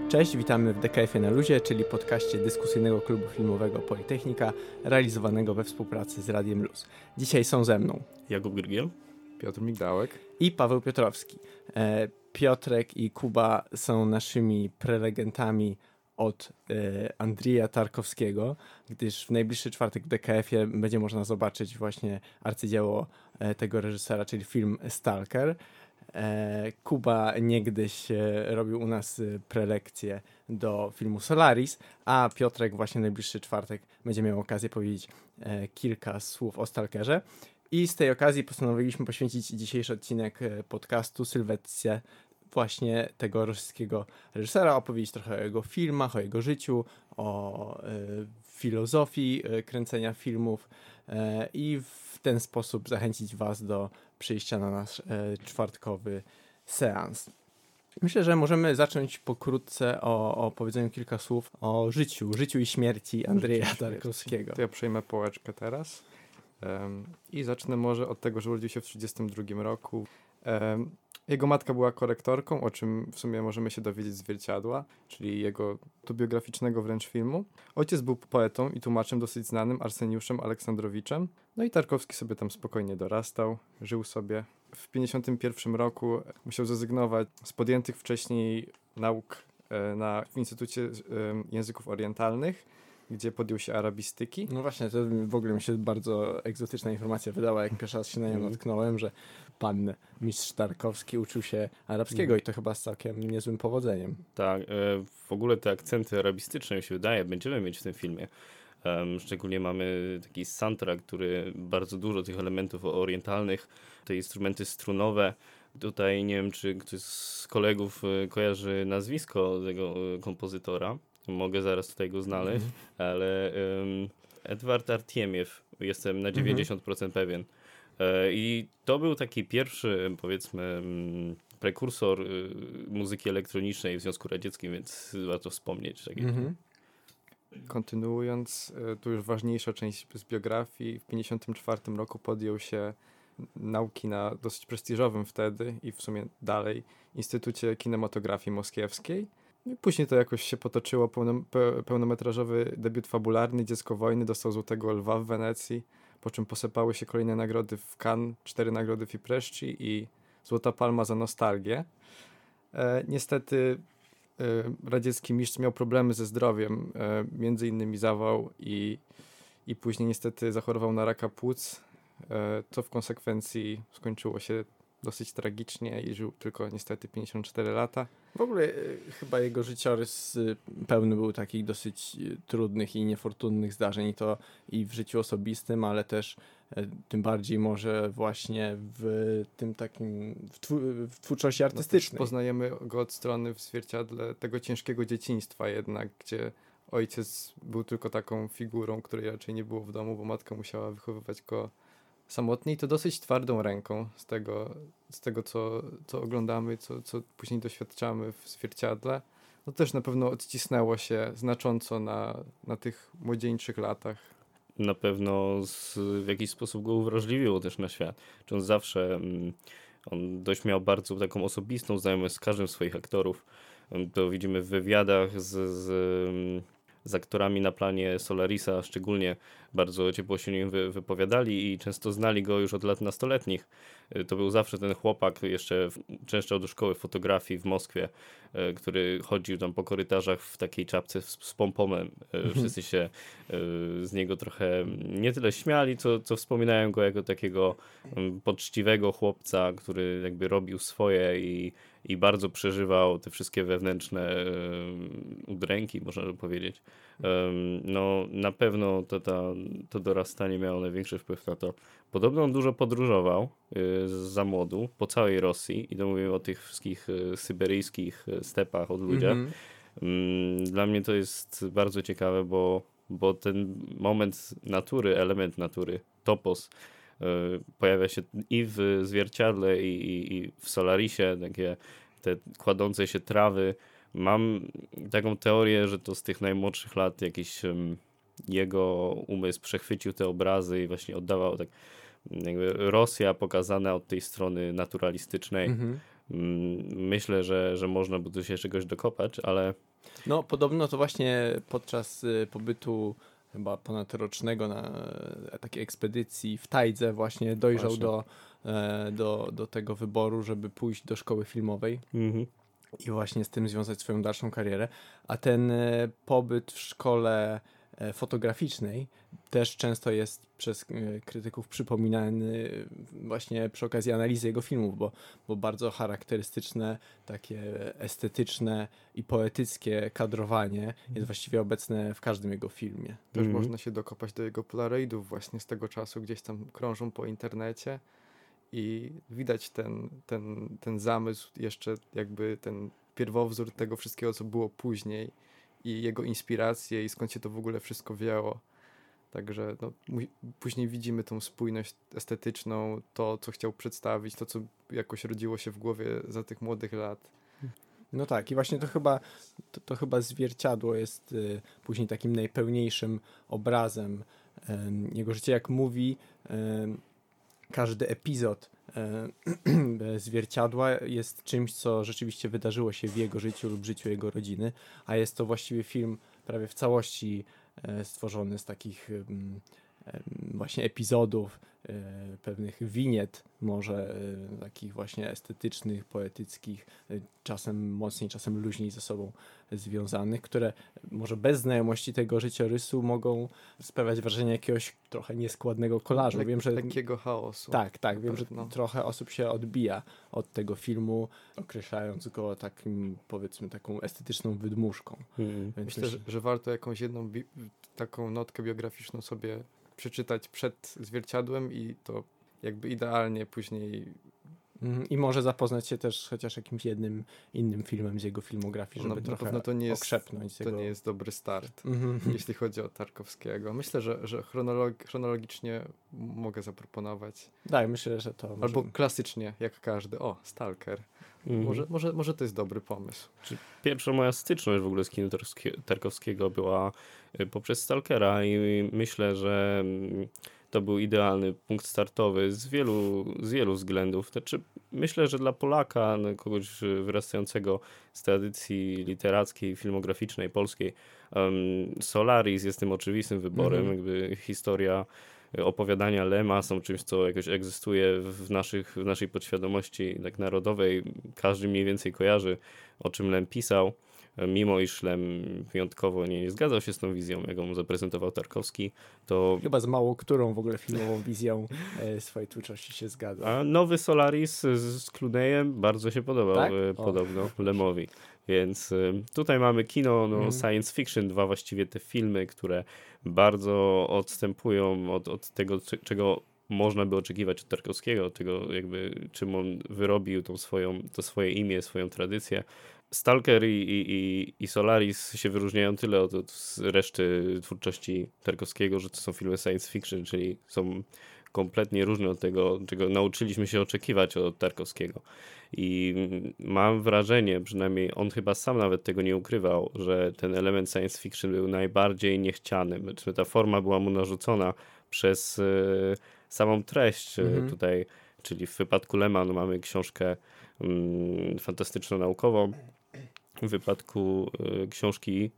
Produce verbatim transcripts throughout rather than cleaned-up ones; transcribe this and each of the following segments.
Cześć, witamy w D K F-ie na luzie, czyli podcaście dyskusyjnego klubu filmowego Politechnika, realizowanego we współpracy z Radiem Luz. Dzisiaj są ze mną Jakub Grygiel, Piotr Migdałek i Paweł Piotrowski. E, Piotrek i Kuba są naszymi prelegentami od e, Andrija Tarkowskiego, gdyż w najbliższy czwartek w D K F-ie będzie można zobaczyć właśnie arcydzieło e, tego reżysera, czyli film Stalker. E, Kuba niegdyś e, robił u nas e, prelekcję do filmu Solaris, a Piotrek właśnie najbliższy czwartek będzie miał okazję powiedzieć e, kilka słów o Stalkerze. I z tej okazji postanowiliśmy poświęcić dzisiejszy odcinek e, podcastu sylwetce właśnie tego rosyjskiego reżysera, opowiedzieć trochę o jego filmach, o jego życiu, o e, filozofii e, kręcenia filmów e, i w ten sposób zachęcić was do przyjścia na nasz e, czwartkowy seans. Myślę, że możemy zacząć pokrótce o, o powiedzeniu kilka słów o życiu, życiu i śmierci Andrzeja Tarkowskiego. To ja przejmę pałeczkę teraz um, i zacznę może od tego, że urodził się w tysiąc dziewięćset trzydziestym drugim roku. Um, Jego matka była korektorką, o czym w sumie możemy się dowiedzieć z Zwierciadła, czyli jego autobiograficznego wręcz filmu. Ojciec był poetą i tłumaczem dosyć znanym, Arseniuszem Aleksandrowiczem. No i Tarkowski sobie tam spokojnie dorastał, żył sobie. W pięćdziesiątym pierwszym roku musiał zrezygnować z podjętych wcześniej nauk na, w Instytucie Języków Orientalnych, gdzie podjął się arabistyki. No właśnie, to w ogóle mi się bardzo egzotyczna informacja wydała, jak pierwszy raz się na nią Mm. natknąłem, że pan mistrz Tarkowski uczył się arabskiego Mm. i to chyba z całkiem niezłym powodzeniem. Tak, e, w ogóle te akcenty arabistyczne, mi się wydaje, będziemy mieć w tym filmie. Um, szczególnie mamy taki soundtrack, który bardzo dużo tych elementów orientalnych, te instrumenty strunowe. Tutaj nie wiem, czy ktoś z kolegów e, kojarzy nazwisko tego e, kompozytora. Mogę zaraz tutaj go znaleźć, Mhm. ale um, Edward Artiemiew, jestem na dziewięćdziesiąt procent pewien. E, I to był taki pierwszy, powiedzmy, mm, prekursor y, muzyki elektronicznej w Związku Radzieckim, więc warto wspomnieć. Tak Mhm. Kontynuując, e, tu już ważniejsza część z biografii. W pięćdziesiątym czwartym roku podjął się nauki na dosyć prestiżowym wtedy i w sumie dalej Instytucie Kinematografii Moskiewskiej. I później to jakoś się potoczyło. Pełno, pe, pełnometrażowy debiut fabularny, Dziecko wojny, dostał Złotego Lwa w Wenecji, po czym posypały się kolejne nagrody w Cannes, cztery nagrody w Ipresci i Złota Palma za nostalgię. E, niestety e, radziecki mistrz miał problemy ze zdrowiem, e, między innymi zawał i, i później niestety zachorował na raka płuc, e, co w konsekwencji skończyło się dosyć tragicznie i żył tylko niestety pięćdziesiąt cztery lata. W ogóle y, chyba jego życiorys y, pełny był takich dosyć y, trudnych i niefortunnych zdarzeń, i to i w życiu osobistym, ale też y, tym bardziej może właśnie w tym takim, w, tw- w twórczości artystycznej. No, poznajemy go od strony w Zwierciadle tego ciężkiego dzieciństwa jednak, gdzie ojciec był tylko taką figurą, której raczej nie było w domu, bo matka musiała wychowywać go samotnie i to dosyć twardą ręką z tego, z tego co, co oglądamy, co, co później doświadczamy w Zwierciadle. No też na pewno odcisnęło się znacząco na, na tych młodzieńczych latach. Na pewno z, w jakiś sposób go uwrażliwiło też na świat. Czy on zawsze, mm, on dość miał bardzo taką osobistą znajomość z każdym z swoich aktorów. Um, To widzimy w wywiadach z, z, mm, z aktorami na planie Solarisa, szczególnie bardzo ciepło się o nim wy, wypowiadali i często znali go już od lat nastoletnich. Y, To był zawsze ten chłopak, jeszcze w, częszczał do szkoły fotografii w Moskwie, y, który chodził tam po korytarzach w takiej czapce z, z pompomem. Y, Wszyscy się y, z niego trochę nie tyle śmiali, co, co wspominają go jako takiego um, poczciwego chłopca, który jakby robił swoje i, i bardzo przeżywał te wszystkie wewnętrzne um, udręki, można by powiedzieć. Um, no na pewno to, ta, to dorastanie miało największy wpływ na to. Podobno on dużo podróżował y, za młodu po całej Rosji i to mówię o tych wszystkich y, syberyjskich y, stepach od ludziach. Mhm. Mm, Dla mnie to jest bardzo ciekawe, bo, bo ten moment natury, element natury, topos, y, pojawia się i w Zwierciadle, i, i, i w Solarisie, takie te kładące się trawy. Mam taką teorię, że to z tych najmłodszych lat jakiś um, jego umysł przechwycił te obrazy i właśnie oddawał tak jakby Rosja pokazana od tej strony naturalistycznej. Mhm. Mm, Myślę, że, że można by tu się czegoś dokopać, ale No podobno to właśnie podczas y, pobytu chyba ponadrocznego na e, takiej ekspedycji w Tajdze właśnie dojrzał Właśnie. do, e, do, do tego wyboru, żeby pójść do szkoły filmowej Mhm. i właśnie z tym związać swoją dalszą karierę. A ten e, pobyt w szkole e, fotograficznej też często jest przez e, krytyków przypominany właśnie przy okazji analizy jego filmów, bo, bo bardzo charakterystyczne, takie estetyczne i poetyckie kadrowanie jest właściwie obecne w każdym jego filmie. Też Mhm. można się dokopać do jego polaroidów właśnie z tego czasu, gdzieś tam krążą po internecie i widać ten, ten, ten zamysł, jeszcze jakby ten pierwowzór tego wszystkiego, co było później i jego inspiracje i skąd się to w ogóle wszystko wzięło. Także no, mu- później widzimy tą spójność estetyczną, to, co chciał przedstawić, to, co jakoś rodziło się w głowie za tych młodych lat. No tak, i właśnie to chyba, to, to chyba zwierciadło jest y, później takim najpełniejszym obrazem em, jego życia. Jak mówi, em, każdy epizod em, zwierciadła jest czymś, co rzeczywiście wydarzyło się w jego życiu lub życiu jego rodziny, a jest to właściwie film prawie w całości e, stworzony z takich em, em, właśnie epizodów, e, pewnych winiet, może e, takich właśnie estetycznych, poetyckich, e, czasem mocniej, czasem luźniej ze sobą związanych, które może bez znajomości tego życiorysu mogą sprawiać wrażenie jakiegoś trochę nieskładnego kolażu. Lek- Wiem, że Lekkiego chaosu. tak, tak, wiem, że pewno. trochę osób się odbija od tego filmu, określając go takim, powiedzmy, taką estetyczną wydmuszką. Mhm. Więc Myślę, że, że warto jakąś jedną bi- taką notkę biograficzną sobie przeczytać przed zwierciadłem i to jakby idealnie później. Mhm. I może zapoznać się też chociaż jakimś jednym innym filmem z jego filmografii, No, żeby na trochę pewno to nie jest, okrzepnąć to jego... nie jest dobry start, Mhm. jeśli chodzi o Tarkowskiego. Myślę, że, że chronolog- chronologicznie m- mogę zaproponować. Tak, myślę, że to może... Albo klasycznie, jak każdy. O, Stalker. Mhm. Może, może, może to jest dobry pomysł. Pierwsza moja styczność w ogóle z kinem Tarkowskie- Tarkowskiego była y, poprzez Stalkera i myślę, że mm, to był idealny punkt startowy z wielu, z wielu względów. Znaczy, myślę, że dla Polaka, no, kogoś y, wyrastającego z tradycji literackiej, filmograficznej, polskiej, em, Solaris jest tym oczywistym wyborem. Mhm. Jakby historia y, opowiadania Lema są czymś, co jakoś egzystuje w, naszych, w naszej podświadomości tak narodowej. Każdy mniej więcej kojarzy, o czym Lem pisał, mimo iż Lem wyjątkowo nie, nie zgadzał się z tą wizją, jaką zaprezentował Tarkowski, to Chyba z mało którą w ogóle filmową wizją e, swojej twórczości się zgadza. a nowy Solaris z, z Clooneyem bardzo się podobał Tak? e, O. podobno Lemowi. Więc y, tutaj mamy kino no, Mhm. science fiction, dwa właściwie te filmy, które bardzo odstępują od, od tego, c- czego można by oczekiwać od Tarkowskiego, od tego jakby czym on wyrobił tą swoją, to swoje imię, swoją tradycję. Stalker i, i, i- i Solaris się wyróżniają tyle od, od reszty twórczości Tarkowskiego, że to są filmy science fiction, czyli są kompletnie różne od tego, czego nauczyliśmy się oczekiwać od Tarkowskiego. I mm, mam wrażenie, przynajmniej on chyba sam nawet tego nie ukrywał, że ten element science fiction był najbardziej niechciany. Znaczy, ta forma była mu narzucona przez e, samą treść e, Mhm. tutaj, czyli w wypadku Lema no, mamy książkę mm, fantastyczno-naukową. W wypadku e, książki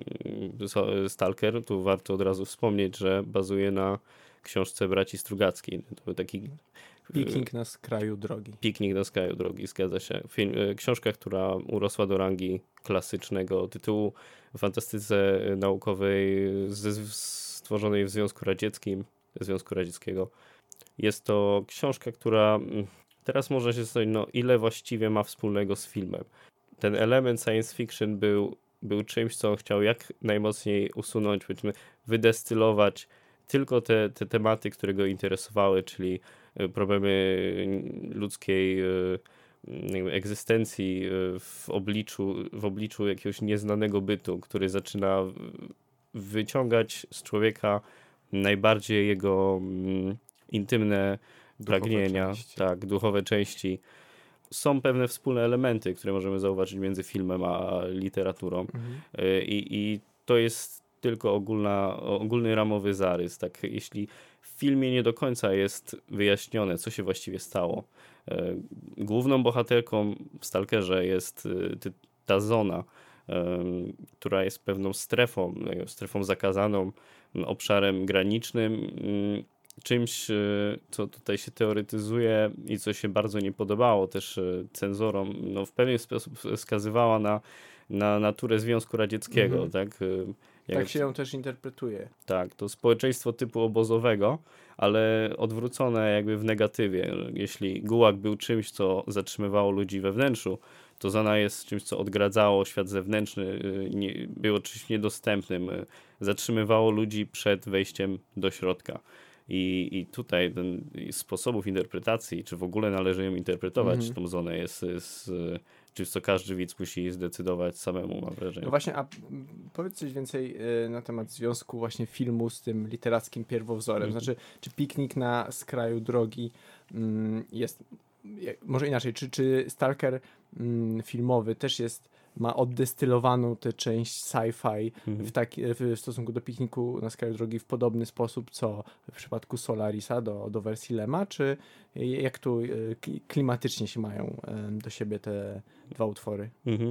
mm, So- Stalker, tu warto od razu wspomnieć, że bazuje na książce braci Strugackiej. To był taki e, Piknik na skraju drogi. Piknik na skraju drogi, zgadza się. Film, e, książka, która urosła do rangi klasycznego tytułu w fantastyce naukowej ze, stworzonej w Związku Radzieckim, Związku Radzieckiego. Jest to książka, która mm, teraz można się zastanowić, no ile właściwie ma wspólnego z filmem. Ten element science fiction był, był czymś, co on chciał jak najmocniej usunąć, powiedzmy, wydestylować tylko te, te tematy, które go interesowały, czyli e, problemy ludzkiej e, jakby egzystencji e, w obliczu, w obliczu jakiegoś nieznanego bytu, który zaczyna w- wyciągać z człowieka najbardziej jego mm, intymne Duchowe pragnienia, części. tak, duchowe części. Są pewne wspólne elementy, które możemy zauważyć między filmem a literaturą. Mhm. Y, I, i to jest tylko ogólna, ogólny ramowy zarys. Tak, jeśli w filmie nie do końca jest wyjaśnione, co się właściwie stało. Y, Główną bohaterką w Stalkerze jest y, ty- ta Zona, która jest pewną strefą, strefą zakazaną, obszarem granicznym, czymś, co tutaj się teoretyzuje i co się bardzo nie podobało też cenzorom, no w pewien sposób wskazywała na, na naturę Związku Radzieckiego, Mhm. tak? Jak tak się ją też interpretuje. Tak, to społeczeństwo typu obozowego, ale odwrócone jakby w negatywie. Jeśli gułag był czymś, co zatrzymywało ludzi we wnętrzu, to zona jest czymś, co odgradzało świat zewnętrzny, nie, było czymś niedostępnym, zatrzymywało ludzi przed wejściem do środka. I, i tutaj ten sposobów interpretacji, czy w ogóle należy ją interpretować, Mhm. tą zonę jest, jest czymś, co każdy widz musi zdecydować samemu, mam wrażenie. No właśnie, a powiedz coś więcej y, na temat związku właśnie filmu z tym literackim pierwowzorem. Mhm. Znaczy, czy Piknik na skraju drogi mm, jest, może inaczej, czy, czy Stalker mm, filmowy też jest, ma oddestylowaną tę część sci-fi Mhm. w, taki, w stosunku do Pikniku na skraju drogi w podobny sposób, co w przypadku Solarisa do, do wersji Lema, czy jak tu y, klimatycznie się mają y, do siebie te dwa utwory? Mhm.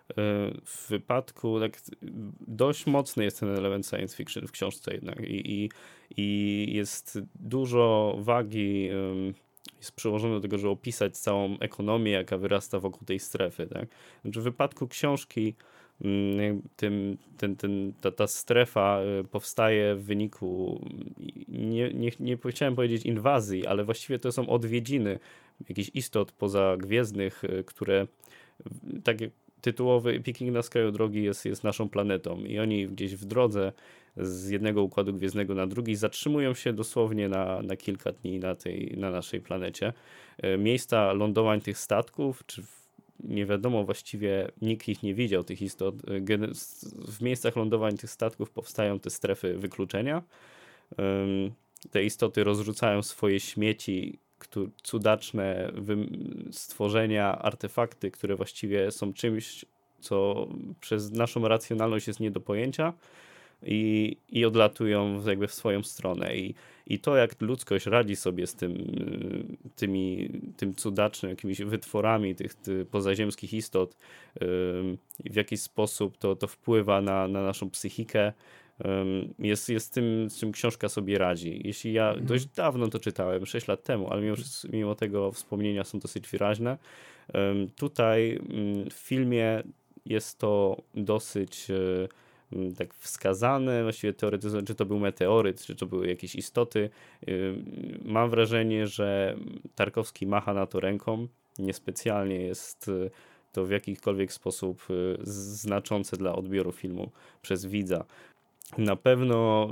W wypadku tak dość mocny jest ten element science fiction w książce jednak i, i, i jest dużo wagi um, jest przyłożone do tego, żeby opisać całą ekonomię, jaka wyrasta wokół tej strefy. Tak? Znaczy w wypadku książki um, tym, ten, ten, ta, ta strefa powstaje w wyniku nie, nie, nie chciałem powiedzieć inwazji, ale właściwie to są odwiedziny jakichś istot pozagwiezdnych, które tak jak tytułowy Piknik na skraju drogi jest, jest naszą planetą i oni gdzieś w drodze z jednego układu gwiezdnego na drugi zatrzymują się dosłownie na, na kilka dni na, tej, na naszej planecie. Miejsca lądowań tych statków, czy w, nie wiadomo właściwie, nikt ich nie widział, tych istot. W miejscach lądowań tych statków powstają te strefy wykluczenia. Te istoty rozrzucają swoje śmieci, cudaczne stworzenia, artefakty, które właściwie są czymś, co przez naszą racjonalność jest nie do pojęcia i, i odlatują jakby w swoją stronę. I, i to, jak ludzkość radzi sobie z tym, tymi, tym cudacznym jakimiś wytworami tych, tych pozaziemskich istot, w jakiś sposób to, to wpływa na, na naszą psychikę, Jest, jest tym, z czym książka sobie radzi. Jeśli ja mhm. dość dawno to czytałem, sześć lat temu, ale mimo, mimo tego wspomnienia są dosyć wyraźne. Tutaj w filmie jest to dosyć tak wskazane, właściwie teoretyzowane, czy to był meteoryt, czy to były jakieś istoty. Mam wrażenie, że Tarkowski macha na to ręką. Niespecjalnie jest to w jakikolwiek sposób znaczące dla odbioru filmu przez widza. Na pewno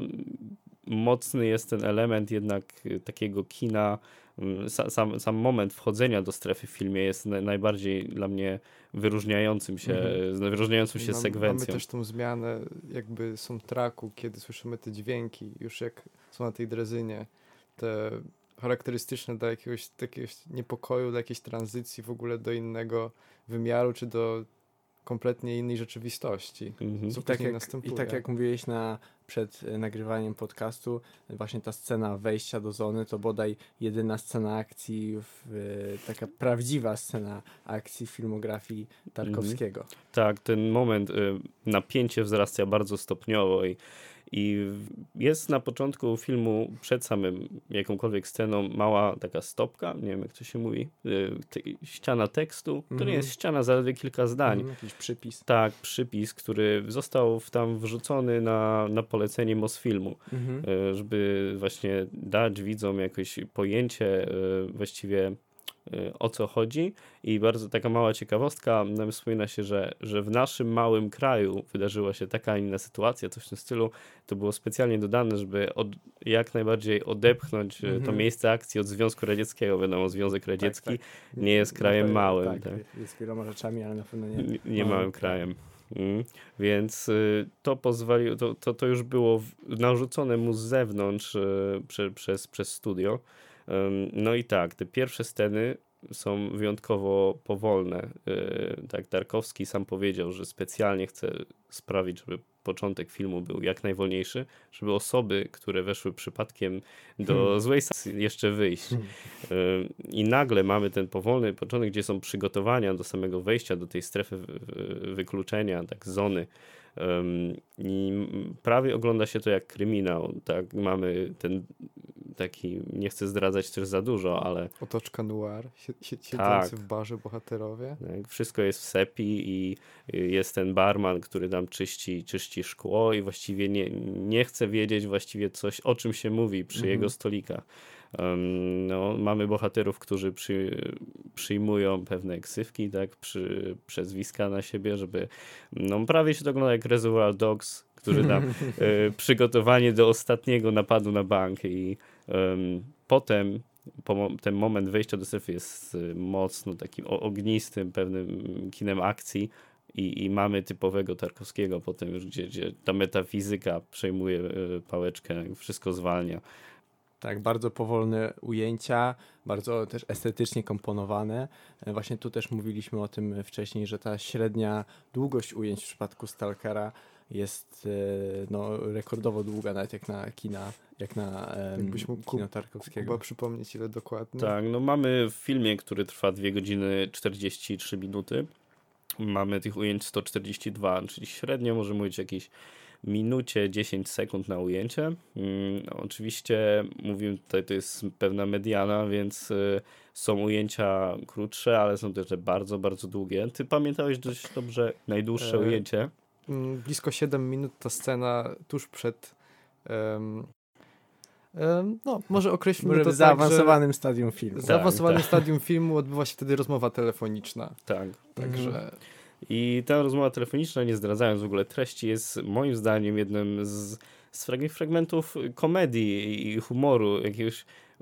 mocny jest ten element jednak takiego kina, sam, sam moment wchodzenia do strefy w filmie jest najbardziej dla mnie wyróżniającym się, mhm. wyróżniającą się Mam, sekwencją. Mamy też tą zmianę jakby soundtracku, kiedy słyszymy te dźwięki, już jak są na tej drezynie, te charakterystyczne dla jakiegoś takiego niepokoju, dla jakiejś tranzycji w ogóle do innego wymiaru, czy do kompletnie innej rzeczywistości. Mhm. I, tak jak, I tak jak mówiłeś na, przed nagrywaniem podcastu, właśnie ta scena wejścia do zony to bodaj jedyna scena akcji, w, taka prawdziwa scena akcji w filmografii Tarkowskiego. Mhm. Tak, ten moment, y, napięcie wzrasta bardzo stopniowo i I jest na początku filmu, przed samym jakąkolwiek sceną, mała taka stopka, nie wiem jak to się mówi, te, ściana tekstu. To mm-hmm. nie jest ściana, zaledwie kilka zdań. Mm, jakiś przypis. Tak, przypis, który został tam wrzucony na, na polecenie Mosfilmu, mm-hmm. żeby właśnie dać widzom jakieś pojęcie właściwie o co chodzi. I bardzo taka mała ciekawostka, nam wspomina się, że, że w naszym małym kraju wydarzyła się taka, a inna sytuacja, coś w tym stylu. To było specjalnie dodane, żeby od, jak najbardziej odepchnąć mm-hmm. to miejsce akcji od Związku Radzieckiego. Wiadomo, Związek Radziecki tak, tak. nie jest krajem pewno, małym. Tak, tak, jest wieloma rzeczami, ale na pewno nie, nie, nie małym krajem. Mm. Więc y, to pozwoliło, to, to, to już było w, narzucone mu z zewnątrz y, prze, przez, przez studio. No i tak, te pierwsze sceny są wyjątkowo powolne. Tak, Tarkowski sam powiedział, że specjalnie chce sprawić, żeby początek filmu był jak najwolniejszy, żeby osoby, które weszły przypadkiem do hmm. złej stacji jeszcze wyjść. Hmm. I nagle mamy ten powolny początek, gdzie są przygotowania do samego wejścia do tej strefy wykluczenia, tak zony. I prawie ogląda się to jak kryminał. Tak, mamy ten taki, nie chcę zdradzać też za dużo, ale... Otoczka noir, siedzący tak. w barze bohaterowie. Tak, wszystko jest w sepi i jest ten barman, który tam czyści, czyści szkło i właściwie nie, nie chce wiedzieć właściwie coś, o czym się mówi przy mhm. jego stolikach. Um, no, mamy bohaterów, którzy przy, przyjmują pewne ksywki, tak, przy, przezwiska na siebie, żeby, no prawie się to ogląda jak Reservoir Dogs, którzy tam e, przygotowanie do ostatniego napadu na bank i um, potem po, ten moment wejścia do strefy jest mocno takim ognistym pewnym kinem akcji i, i mamy typowego Tarkowskiego potem już, gdzie, gdzie ta metafizyka przejmuje e, pałeczkę, wszystko zwalnia. Tak, bardzo powolne ujęcia, bardzo też estetycznie komponowane. Właśnie tu też mówiliśmy o tym wcześniej, że ta średnia długość ujęć w przypadku Stalkera jest no, rekordowo długa, nawet jak na kina, jak na um, kino Tarkowskiego. Chyba przypomnieć ile dokładnie. Tak, no mamy w filmie, który trwa dwie godziny czterdzieści trzy minuty, mamy tych ujęć sto czterdzieści dwa, czyli średnio możemy mówić jakieś minucie dziesięć sekund na ujęcie. Hmm, oczywiście mówimy tutaj, to jest pewna mediana, więc y, są ujęcia krótsze, ale są też bardzo, bardzo długie. Ty pamiętałeś dość dobrze najdłuższe e, ujęcie? Blisko siedem minut ta scena tuż przed um, um, no, może określmy może to w zaawansowanym tak, stadium filmu. W zaawansowanym tak, stadium filmu odbywa się wtedy rozmowa telefoniczna. Tak. Także... Mhm. I ta rozmowa telefoniczna, nie zdradzając w ogóle treści, jest moim zdaniem jednym z, z fragmentów komedii i humoru, jakiegoś,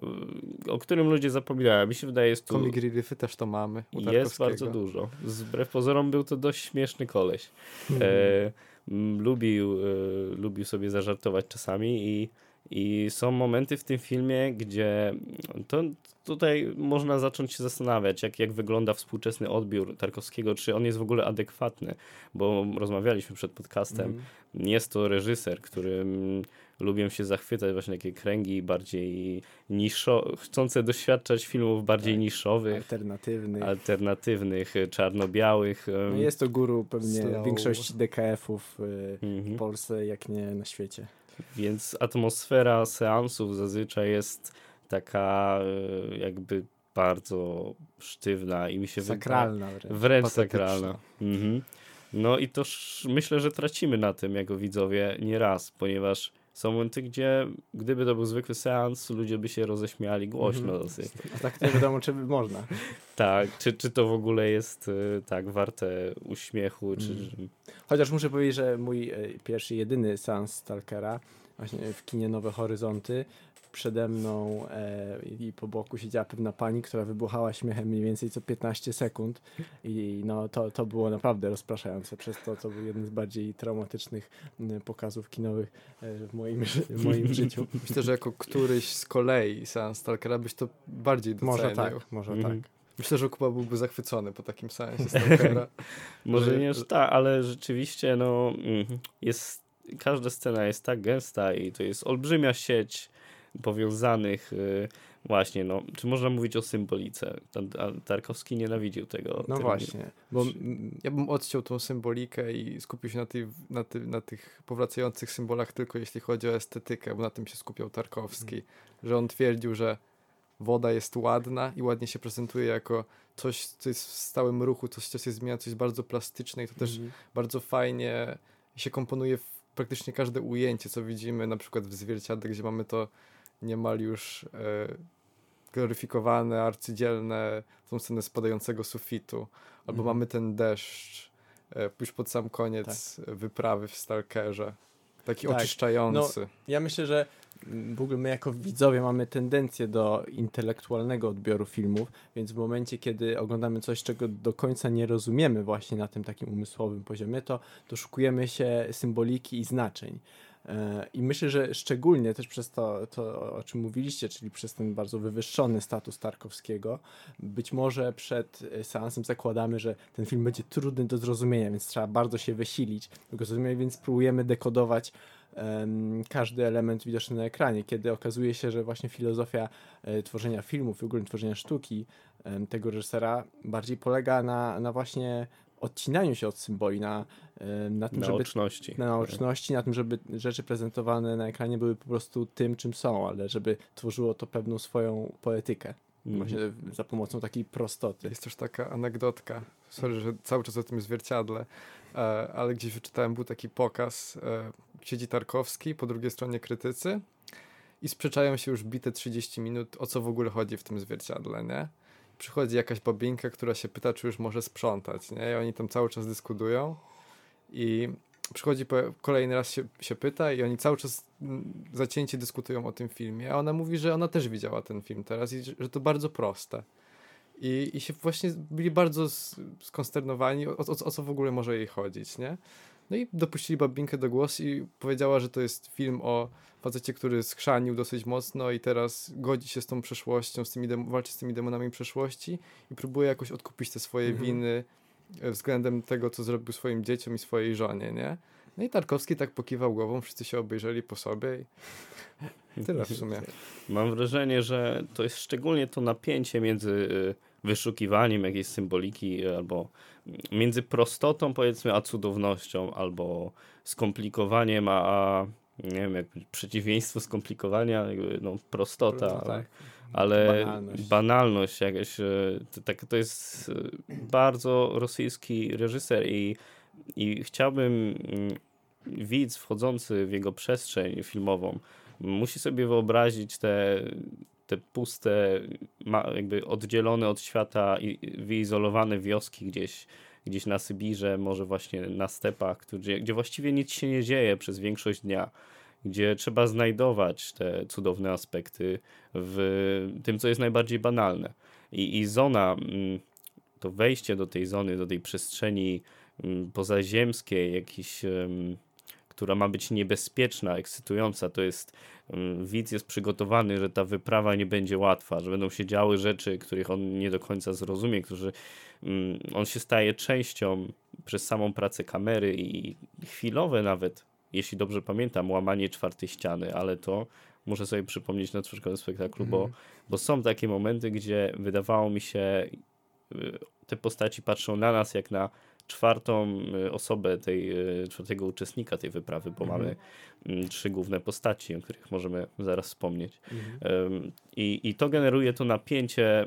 o którym ludzie zapominają. Mi się wydaje, jest tu... Comic reliefy też to mamy u Jest bardzo dużo. Wbrew pozorom był to dość śmieszny koleś. Hmm. E, m, lubił, e, lubił sobie zażartować czasami i, i są momenty w tym filmie, gdzie to tutaj można zacząć się zastanawiać, jak, jak wygląda współczesny odbiór Tarkowskiego, czy on jest w ogóle adekwatny, bo rozmawialiśmy przed podcastem. Mm. Jest to reżyser, którym lubią się zachwycać właśnie takie kręgi bardziej niszo, chcące doświadczać filmów bardziej tak, niszowych, alternatywnych, alternatywnych czarno-białych. No jest to guru pewnie Slow. większości D K F-ów mm-hmm. w Polsce, jak nie na świecie. Więc atmosfera seansów zazwyczaj jest taka jakby bardzo sztywna i mi się sakralna wydaje, wręcz, wręcz sakralna. Mhm. No i toż myślę, że tracimy na tym jako widzowie nie raz, ponieważ są momenty, gdzie gdyby to był zwykły seans, ludzie by się roześmiali głośno mhm. dosyć. A tak nie wiadomo, czy by można. Tak, czy, czy to w ogóle jest tak warte uśmiechu. Mhm. Czy... Chociaż muszę powiedzieć, że mój pierwszy, jedyny seans Stalkera właśnie w kinie Nowe Horyzonty, przede mną e, i po boku siedziała pewna pani, która wybuchała śmiechem mniej więcej co piętnaście sekund i no to, to było naprawdę rozpraszające. Przez to to był jeden z bardziej traumatycznych m, pokazów kinowych e, w, moim, w moim życiu. Myślę, że jako któryś z kolei seans Stalkera byś to bardziej docenił. Może tak, może mm. tak. Myślę, że Kuba byłby zachwycony po takim seansie Stalkera. Może nie aż tak, ale rzeczywiście no jest, każda scena jest tak gęsta i to jest olbrzymia sieć powiązanych yy, właśnie, no, czy można mówić o symbolice? Tarkowski nienawidził tego. No terminu. Właśnie. Bo ja bym odciął tą symbolikę i skupił się na, tej, na, ty, na tych powracających symbolach tylko jeśli chodzi o estetykę, bo na tym się skupiał Tarkowski, hmm. że on twierdził, że woda jest ładna i ładnie się prezentuje jako coś, co jest w stałym ruchu, coś, co się zmienia, coś bardzo plastyczne i to też hmm. bardzo fajnie się komponuje w praktycznie każde ujęcie, co widzimy na przykład w Zwierciadle, gdzie mamy to niemal już e, gloryfikowane, arcydzielne, tą scenę spadającego sufitu. Albo mm. mamy ten deszcz, e, pójść pod sam koniec tak. wyprawy w Stalkerze. Taki tak. oczyszczający. No, ja myślę, że w ogóle my jako widzowie mamy tendencję do intelektualnego odbioru filmów, więc w momencie, kiedy oglądamy coś, czego do końca nie rozumiemy właśnie na tym takim umysłowym poziomie, to doszukujemy się symboliki i znaczeń. I myślę, że szczególnie też przez to, to, o czym mówiliście, czyli przez ten bardzo wywyższony status Tarkowskiego, być może przed seansem zakładamy, że ten film będzie trudny do zrozumienia, więc trzeba bardzo się wysilić, go zrozumieć, więc próbujemy dekodować um, każdy element widoczny na ekranie, kiedy okazuje się, że właśnie filozofia e, tworzenia filmów, w ogóle tworzenia sztuki e, tego reżysera bardziej polega na, na właśnie odcinaniu się od symboli, na, na tym, naoczności. żeby... Na naoczności, na tym, żeby rzeczy prezentowane na ekranie były po prostu tym, czym są, ale żeby tworzyło to pewną swoją poetykę. Mm. Właśnie za pomocą takiej prostoty. Jest też taka anegdotka, sorry, że cały czas o tym zwierciadle, ale gdzieś wyczytałem, był taki pokaz, siedzi Tarkowski, po drugiej stronie krytycy i sprzeczają się już bite trzydzieści minut, o co w ogóle chodzi w tym zwierciadle, nie? Przychodzi jakaś babinka, która się pyta, czy już może sprzątać, nie? I oni tam cały czas dyskutują i przychodzi po, kolejny raz się, się pyta i oni cały czas zacięcie dyskutują o tym filmie, a ona mówi, że ona też widziała ten film teraz i że, że to bardzo proste. I, i się właśnie byli bardzo skonsternowani, o, o, o co w ogóle może jej chodzić, nie? No i dopuścili babinkę do głosu i powiedziała, że to jest film o facecie, który schrzanił dosyć mocno i teraz godzi się z tą przeszłością, z tymi dem- walczy z tymi demonami przeszłości i próbuje jakoś odkupić te swoje mhm. winy względem tego, co zrobił swoim dzieciom i swojej żonie, nie? No i Tarkowski tak pokiwał głową, wszyscy się obejrzeli po sobie i tyle w sumie. Mam wrażenie, że to jest szczególnie to napięcie między wyszukiwaniem jakiejś symboliki albo między prostotą, powiedzmy, a cudownością, albo skomplikowaniem, a, a nie wiem, jak przeciwieństwo skomplikowania, jakby, no prostota, no, tak. ale banalność, banalność jakaś, to, tak, to jest bardzo rosyjski reżyser i, i chciałbym widz wchodzący w jego przestrzeń filmową musi sobie wyobrazić te te puste, jakby oddzielone od świata i wyizolowane wioski gdzieś, gdzieś na Sybirze, może właśnie na stepach, gdzie, gdzie właściwie nic się nie dzieje przez większość dnia, gdzie trzeba znajdować te cudowne aspekty w tym, co jest najbardziej banalne. I, i zona, to wejście do tej zony, do tej przestrzeni pozaziemskiej, jakiś, która ma być niebezpieczna, ekscytująca, to jest widz jest przygotowany, że ta wyprawa nie będzie łatwa, że będą się działy rzeczy, których on nie do końca zrozumie, którzy on się staje częścią przez samą pracę kamery i chwilowe nawet, jeśli dobrze pamiętam, łamanie czwartej ściany, ale to muszę sobie przypomnieć na przykład spektaklu, mm. bo, bo są takie momenty, gdzie wydawało mi się, te postaci patrzą na nas jak na czwartą osobę tej, czwartego uczestnika tej wyprawy, bo mhm. mamy trzy główne postaci, o których możemy zaraz wspomnieć. Mhm. I, I to generuje to napięcie.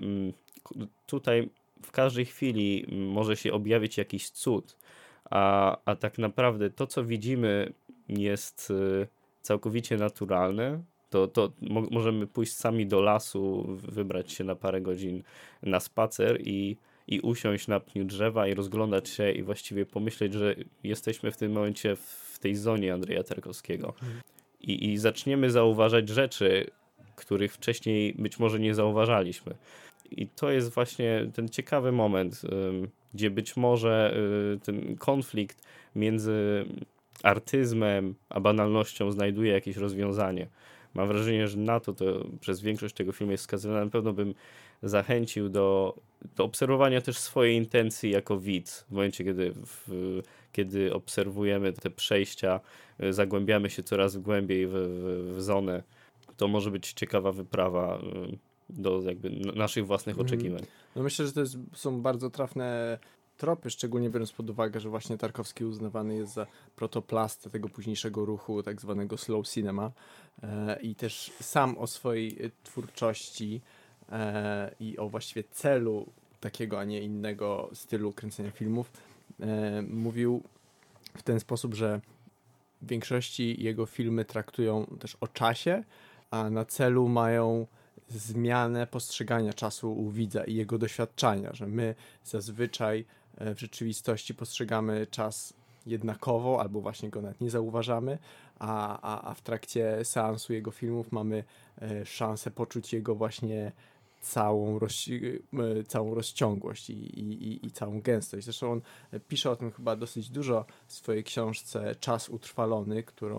Tutaj w każdej chwili może się objawić jakiś cud, a, a tak naprawdę to, co widzimy, jest całkowicie naturalne. To, to mo- możemy pójść sami do lasu, wybrać się na parę godzin na spacer i i usiąść na pniu drzewa i rozglądać się i właściwie pomyśleć, że jesteśmy w tym momencie w tej zonie Andrzeja Tarkowskiego. I, i zaczniemy zauważać rzeczy, których wcześniej być może nie zauważaliśmy. I to jest właśnie ten ciekawy moment, um, gdzie być może um, ten konflikt między artyzmem a banalnością znajduje jakieś rozwiązanie. Mam wrażenie, że na to, to przez większość tego filmu jest wskazywane. Na pewno bym zachęcił do, do obserwowania też swojej intencji jako widz. W momencie, kiedy, w, kiedy obserwujemy te przejścia, zagłębiamy się coraz głębiej w, w, w zonę, to może być ciekawa wyprawa do jakby naszych własnych oczekiwań. No myślę, że to jest, są bardzo trafne tropy, szczególnie biorąc pod uwagę, że właśnie Tarkowski uznawany jest za protoplastę tego późniejszego ruchu, tak zwanego slow cinema e, i też sam o swojej twórczości e, i o właściwie celu takiego, a nie innego stylu kręcenia filmów e, mówił w ten sposób, że w większości jego filmy traktują też o czasie, a na celu mają zmianę postrzegania czasu u widza i jego doświadczania, że my zazwyczaj w rzeczywistości postrzegamy czas jednakowo, albo właśnie go nawet nie zauważamy, a, a, a w trakcie seansu jego filmów mamy szansę poczuć jego właśnie całą, roz, całą rozciągłość i, i, i całą gęstość. Zresztą on pisze o tym chyba dosyć dużo w swojej książce Czas utrwalony, którą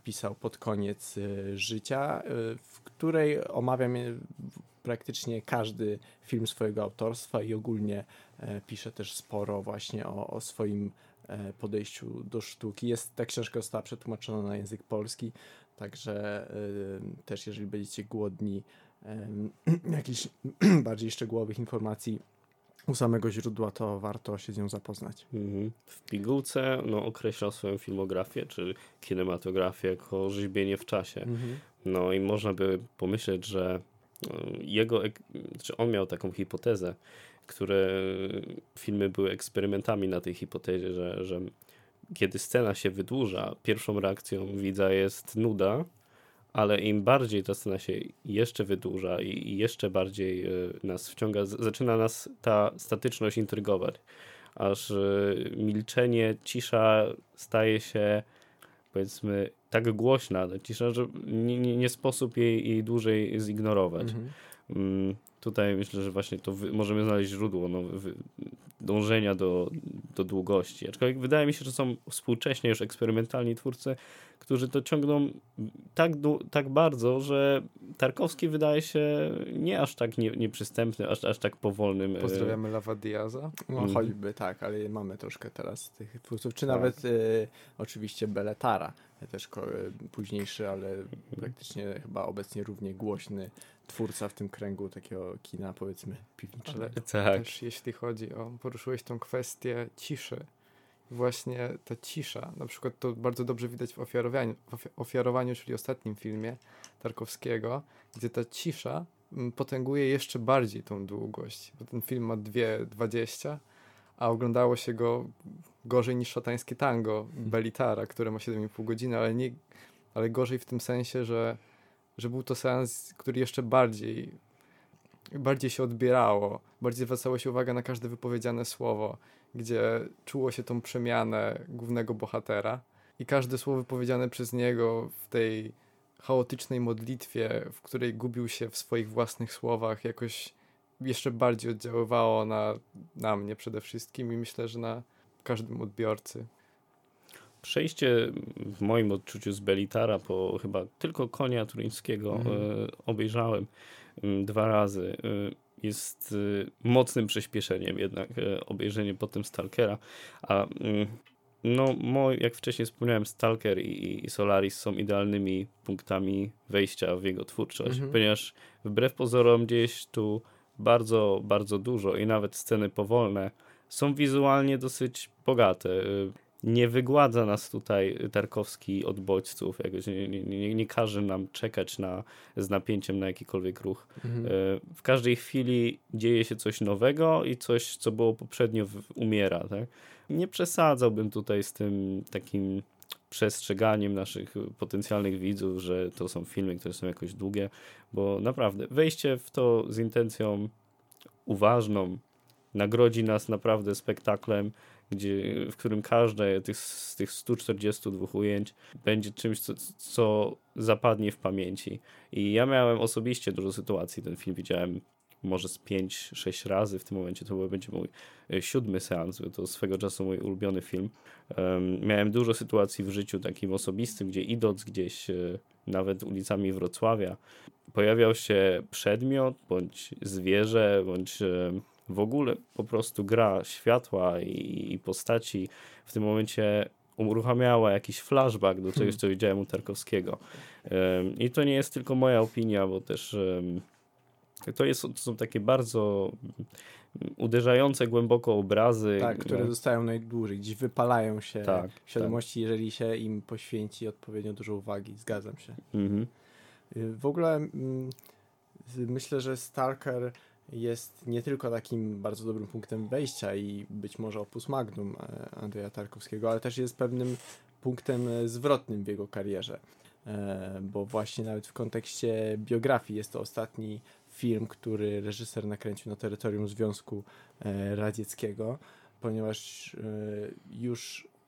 pisał pod koniec życia, w której omawiam praktycznie każdy film swojego autorstwa i ogólnie pisze też sporo właśnie o, o swoim podejściu do sztuki. Jest, ta książka została przetłumaczona na język polski, także y, też jeżeli będziecie głodni y, jakichś bardziej szczegółowych informacji u samego źródła, to warto się z nią zapoznać. Mhm. W pigułce no, określał swoją filmografię, czy kinematografię jako rzeźbienie w czasie. Mhm. No i można by pomyśleć, że jego, czy on miał taką hipotezę, które filmy były eksperymentami na tej hipotezie, że, że kiedy scena się wydłuża, pierwszą reakcją widza jest nuda, ale im bardziej ta scena się jeszcze wydłuża i jeszcze bardziej nas wciąga, zaczyna nas ta statyczność intrygować, aż milczenie, cisza staje się, powiedzmy, tak głośna, cisza, że nie, nie, nie sposób jej, jej dłużej zignorować. Mhm. Um, tutaj myślę, że właśnie to wy, możemy znaleźć źródło no, wy, dążenia do, do długości. Aczkolwiek wydaje mi się, że są współcześnie już eksperymentalni twórcy, którzy to ciągną tak, tak bardzo, że Tarkowski wydaje się nie aż tak nie, nieprzystępny, aż, aż tak powolnym. Pozdrawiamy Lava Diaza. No mm. choćby tak, ale mamy troszkę teraz tych twórców, czy tak. nawet y, oczywiście Beletara, też ko- późniejszy, ale praktycznie chyba obecnie równie głośny twórca w tym kręgu takiego kina, powiedzmy, piwniczego. Ale tak. też jeśli chodzi o, poruszyłeś tą kwestię ciszy, właśnie ta cisza, na przykład to bardzo dobrze widać w ofiarowaniu, w ofiarowaniu, czyli ostatnim filmie Tarkowskiego, gdzie ta cisza potęguje jeszcze bardziej tą długość, bo ten film ma dwie dwadzieścia, a oglądało się go gorzej niż szatańskie tango Belitara, które ma siedem i pół godziny, ale, nie, ale gorzej w tym sensie, że, że był to seans, który jeszcze bardziej bardziej się odbierało, bardziej zwracało się uwaga na każde wypowiedziane słowo, gdzie czuło się tą przemianę głównego bohatera i każde słowo wypowiedziane przez niego w tej chaotycznej modlitwie, w której gubił się w swoich własnych słowach, jakoś jeszcze bardziej oddziaływało na, na mnie przede wszystkim i myślę, że na każdym odbiorcy. Przejście w moim odczuciu z Belitara po chyba tylko Konia Turyńskiego mm. y, obejrzałem y, dwa razy. Y, jest y, mocnym przyspieszeniem jednak y, obejrzenie potem Stalkera. A y, no, moi, jak wcześniej wspomniałem, Stalker i, i Solaris są idealnymi punktami wejścia w jego twórczość, mm-hmm. ponieważ wbrew pozorom gdzieś tu bardzo, bardzo dużo i nawet sceny powolne są wizualnie dosyć bogate. Y, Nie wygładza nas tutaj Tarkowski od bodźców, jakoś nie, nie, nie, nie każe nam czekać na, z napięciem na jakikolwiek ruch. Mhm. W każdej chwili dzieje się coś nowego i coś, co było poprzednio, umiera. Tak? Nie przesadzałbym tutaj z tym takim przestrzeganiem naszych potencjalnych widzów, że to są filmy, które są jakoś długie, bo naprawdę wejście w to z intencją uważną nagrodzi nas naprawdę spektaklem, gdzie, w którym każde tych, z tych stu czterdziestu dwóch ujęć będzie czymś, co, co zapadnie w pamięci. I ja miałem osobiście dużo sytuacji, ten film widziałem może z pięć, sześć razy w tym momencie, to będzie mój siódmy seans, to swego czasu mój ulubiony film. Um, miałem dużo sytuacji w życiu takim osobistym, gdzie idąc gdzieś nawet ulicami Wrocławia, pojawiał się przedmiot, bądź zwierzę, bądź w ogóle po prostu gra światła i, i postaci w tym momencie uruchamiała jakiś flashback do czegoś, co widziałem u Tarkowskiego. Um, I to nie jest tylko moja opinia, bo też um, to, jest, to są takie bardzo uderzające głęboko obrazy. Tak, które no. zostają najdłużej, gdzieś wypalają się tak, w świadomości, tak. jeżeli się im poświęci odpowiednio dużo uwagi. Zgadzam się. Mhm. W ogóle mm, myślę, że Stalker jest nie tylko takim bardzo dobrym punktem wejścia i być może opus magnum Andrzeja Tarkowskiego, ale też jest pewnym punktem zwrotnym w jego karierze. Bo właśnie nawet w kontekście biografii jest to ostatni film, który reżyser nakręcił na terytorium Związku Radzieckiego, ponieważ już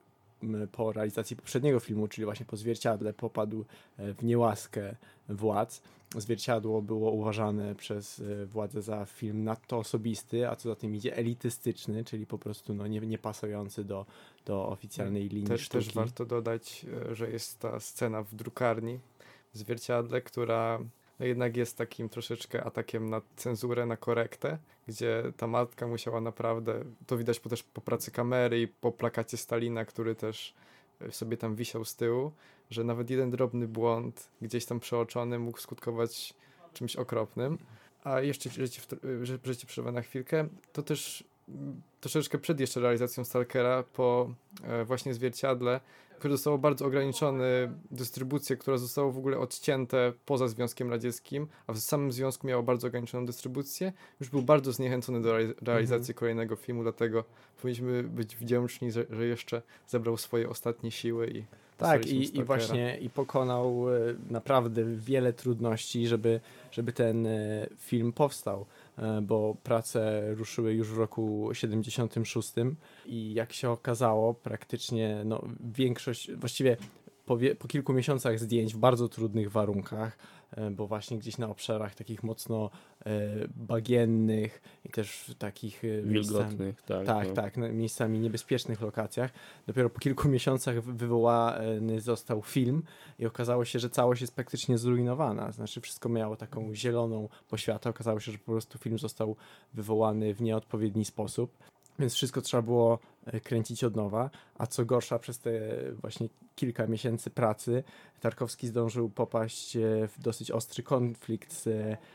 po realizacji poprzedniego filmu, czyli właśnie po Zwierciadle, popadł w niełaskę władz. Zwierciadło było uważane przez władze za film nadto osobisty, a co za tym idzie elitystyczny, czyli po prostu no, nie, nie pasujący do, do oficjalnej linii Też, sztuki. też warto dodać, że jest ta scena w drukarni w Zwierciadle, która no jednak jest takim troszeczkę atakiem na cenzurę, na korektę, gdzie ta matka musiała naprawdę, to widać po, też po pracy kamery i po plakacie Stalina, który też sobie tam wisiał z tyłu, że nawet jeden drobny błąd gdzieś tam przeoczony mógł skutkować czymś okropnym. A jeszcze, że ci, że, że ci przerwę na chwilkę, to też troszeczkę przed jeszcze realizacją Stalkera, po e, właśnie Zwierciadle, które zostało bardzo ograniczone dystrybucję, która została w ogóle odcięte poza Związkiem Radzieckim, a w samym Związku miało bardzo ograniczoną dystrybucję, już był bardzo zniechęcony do re- realizacji mhm. kolejnego filmu, dlatego powinniśmy być wdzięczni, że, że jeszcze zebrał swoje ostatnie siły i tak, i, i właśnie i pokonał e, naprawdę wiele trudności, żeby, żeby ten e, film powstał, e, bo prace ruszyły już w roku siedemdziesiątym szóstym i jak się okazało, praktycznie no, większość, właściwie po, wie, po kilku miesiącach zdjęć w bardzo trudnych warunkach, e, bo właśnie gdzieś na obszarach takich mocno e, bagiennych i też takich e, wilgotnych, tak. Tak, no. tak, na miejscami niebezpiecznych lokacjach. Dopiero po kilku miesiącach wywołany został film i okazało się, że całość jest praktycznie zrujnowana. Znaczy wszystko miało taką zieloną poświatę. Okazało się, że po prostu film został wywołany w nieodpowiedni sposób. Więc wszystko trzeba było kręcić od nowa, a co gorsza przez te właśnie kilka miesięcy pracy Tarkowski zdążył popaść w dosyć ostry konflikt z,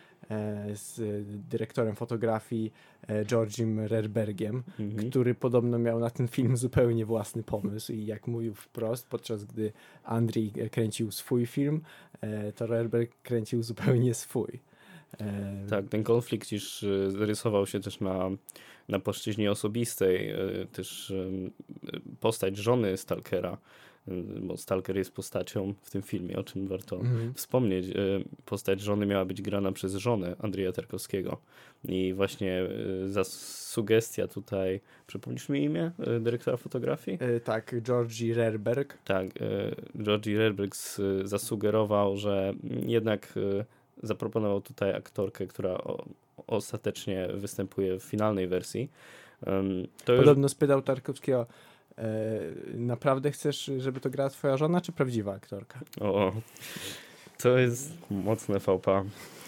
z dyrektorem fotografii Georgiem Rerbergiem, mhm. który podobno miał na ten film zupełnie własny pomysł i jak mówił wprost, podczas gdy Andrzej kręcił swój film, to Rerberg kręcił zupełnie swój. Tak, ten konflikt już rysował się też na, na płaszczyźnie osobistej. Też postać żony Stalkera, bo Stalker jest postacią w tym filmie, o czym warto mm-hmm. wspomnieć. Postać żony miała być grana przez żonę Andrzeja Tarkowskiego. I właśnie za sugestia tutaj, przypomnisz mi imię dyrektora fotografii? Yy, tak, Georgi Rerberg. Tak, Georgi Rerberg zasugerował, że jednak zaproponował tutaj aktorkę, która o, ostatecznie występuje w finalnej wersji. Um, to Podobno już... spytał Tarkowskiego, e, naprawdę chcesz, żeby to grała twoja żona, czy prawdziwa aktorka? O, to jest mocne V P.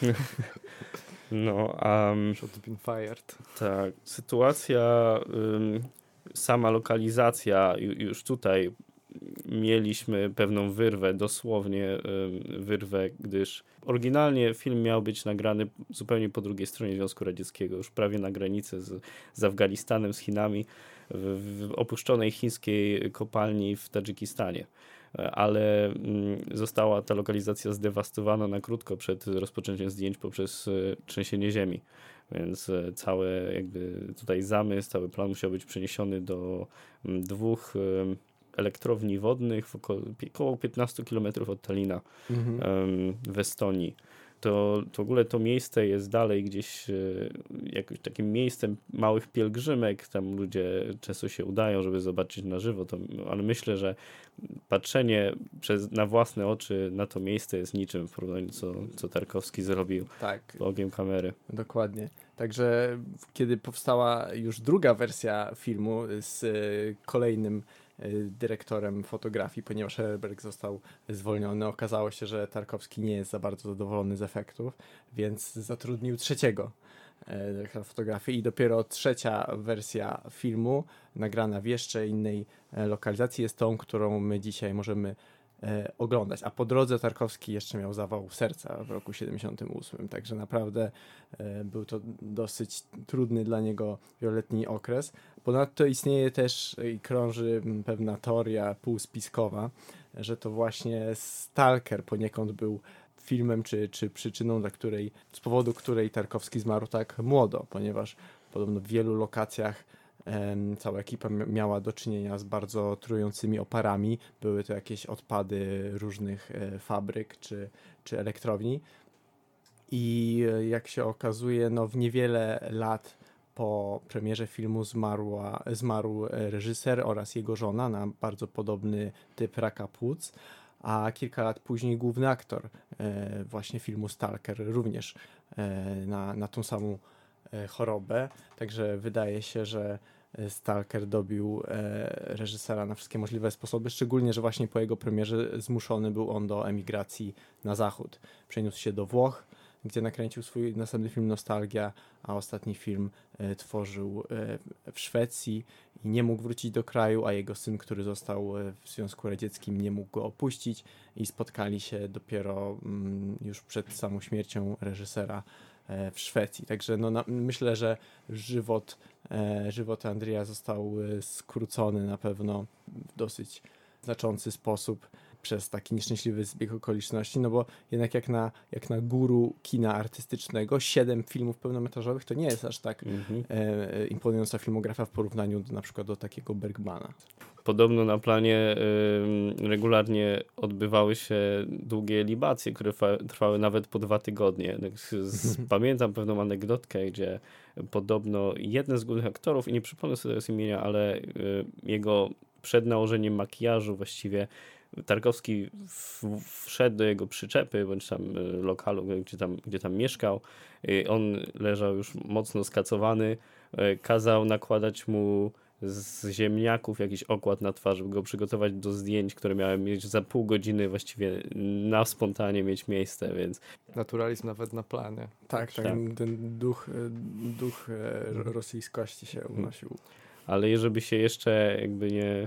No, um, Shot been fired. Tak, sytuacja, um, sama lokalizacja już tutaj mieliśmy pewną wyrwę, dosłownie wyrwę, gdyż oryginalnie film miał być nagrany zupełnie po drugiej stronie Związku Radzieckiego, już prawie na granicy z, z Afganistanem, z Chinami, w, w opuszczonej chińskiej kopalni w Tadżykistanie. Ale została ta lokalizacja zdewastowana na krótko przed rozpoczęciem zdjęć poprzez trzęsienie ziemi. Więc cały jakby tutaj zamysł, cały plan musiał być przeniesiony do dwóch elektrowni wodnych w około, około piętnaście kilometrów od Tallina mhm. um, w Estonii. To, to w ogóle to miejsce jest dalej gdzieś e, jakimś takim miejscem małych pielgrzymek. Tam ludzie często się udają, żeby zobaczyć na żywo. To, ale myślę, że patrzenie przez, na własne oczy na to miejsce jest niczym w porównaniu co, co Tarkowski zrobił tak. okiem kamery. Dokładnie. Także kiedy powstała już druga wersja filmu z y, kolejnym dyrektorem fotografii, ponieważ Rerberg został zwolniony. Okazało się, że Tarkowski nie jest za bardzo zadowolony z efektów, więc zatrudnił trzeciego dyrektora fotografii i dopiero trzecia wersja filmu, nagrana w jeszcze innej lokalizacji, jest tą, którą my dzisiaj możemy e, oglądać. A po drodze Tarkowski jeszcze miał zawał serca w roku siedemdziesiątym ósmym, także naprawdę e, był to dosyć trudny dla niego wieloletni okres. Ponadto istnieje też i krąży pewna teoria półspiskowa, że to właśnie Stalker poniekąd był filmem czy, czy przyczyną, dla której, z powodu której Tarkowski zmarł tak młodo, ponieważ podobno w wielu lokacjach em, cała ekipa miała do czynienia z bardzo trującymi oparami. Były to jakieś odpady różnych e, fabryk czy, czy elektrowni. I e, jak się okazuje, no w niewiele lat po premierze filmu zmarła, zmarł reżyser oraz jego żona na bardzo podobny typ raka płuc, a kilka lat później główny aktor e, właśnie filmu Stalker również e, na, na tą samą e, chorobę. Także wydaje się, że Stalker dobił e, reżysera na wszystkie możliwe sposoby, szczególnie, że właśnie po jego premierze zmuszony był on do emigracji na zachód. Przeniósł się do Włoch, gdzie nakręcił swój następny film Nostalgia, a ostatni film e, tworzył e, w Szwecji i nie mógł wrócić do kraju, a jego syn, który został w Związku Radzieckim, nie mógł go opuścić i spotkali się dopiero mm, już przed samą śmiercią reżysera e, w Szwecji. Także no, na, myślę, że żywot, e, żywot Andrija został e, skrócony na pewno w dosyć znaczący sposób przez taki nieszczęśliwy zbieg okoliczności, no bo jednak jak na, jak na guru kina artystycznego, siedem filmów pełnometrażowych to nie jest aż tak mm-hmm. e, imponująca filmografia w porównaniu do, na przykład do takiego Bergmana. Podobno na planie y, regularnie odbywały się długie libacje, które fa- trwały nawet po dwa tygodnie. Z, pamiętam pewną anegdotkę, gdzie podobno jeden z głównych aktorów, i nie przypomnę sobie teraz imienia, ale y, jego przed nałożeniem makijażu właściwie Tarkowski w, wszedł do jego przyczepy, bądź tam lokalu, gdzie tam, gdzie tam mieszkał. On leżał już mocno skacowany. Kazał nakładać mu z ziemniaków jakiś okład na twarz, żeby go przygotować do zdjęć, które miałem mieć za pół godziny właściwie na spontanie mieć miejsce, więc... Naturalizm nawet na planie. Tak, tak, tak. Ten duch, duch rosyjskości się unosił. Ale jeżeli się jeszcze jakby nie...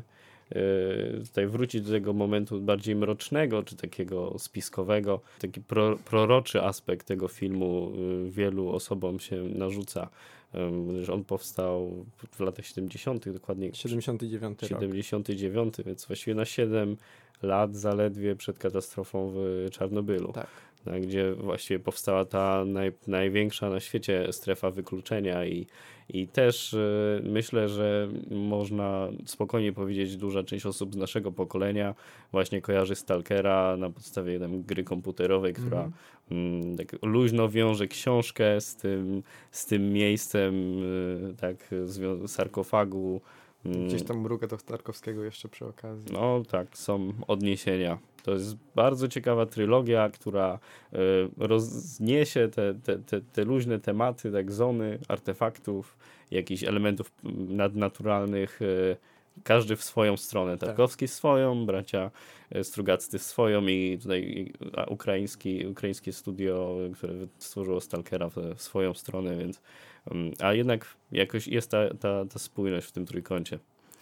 tutaj wrócić do tego momentu bardziej mrocznego, czy takiego spiskowego, taki pro, proroczy aspekt tego filmu wielu osobom się narzuca, że on powstał w latach siedemdziesiątych, dokładnie siedemdziesiąty dziewiąty siedemdziesiąty dziewiąty, więc właściwie na siedem lat zaledwie przed katastrofą w Czarnobylu. Tak. Na, gdzie właściwie powstała ta naj, największa na świecie strefa wykluczenia i, i też y, myślę, że można spokojnie powiedzieć, duża część osób z naszego pokolenia właśnie kojarzy Stalkera na podstawie tam, gry komputerowej, która mm-hmm. y, tak luźno wiąże książkę z tym, z tym miejscem y, tak, zwią- sarkofagu. Gdzieś tam mruga do Tarkowskiego jeszcze przy okazji. No tak, są odniesienia. To jest bardzo ciekawa trylogia, która y, rozniesie te, te, te, te luźne tematy, tak zony, artefaktów, jakichś elementów nadnaturalnych, y, każdy w swoją stronę. Tarkowski tak. swoją, bracia Strugaccy swoją i tutaj ukraiński, ukraińskie studio, które stworzyło Stalkera w swoją stronę, więc um, a jednak jakoś jest ta, ta, ta spójność w tym trójkącie.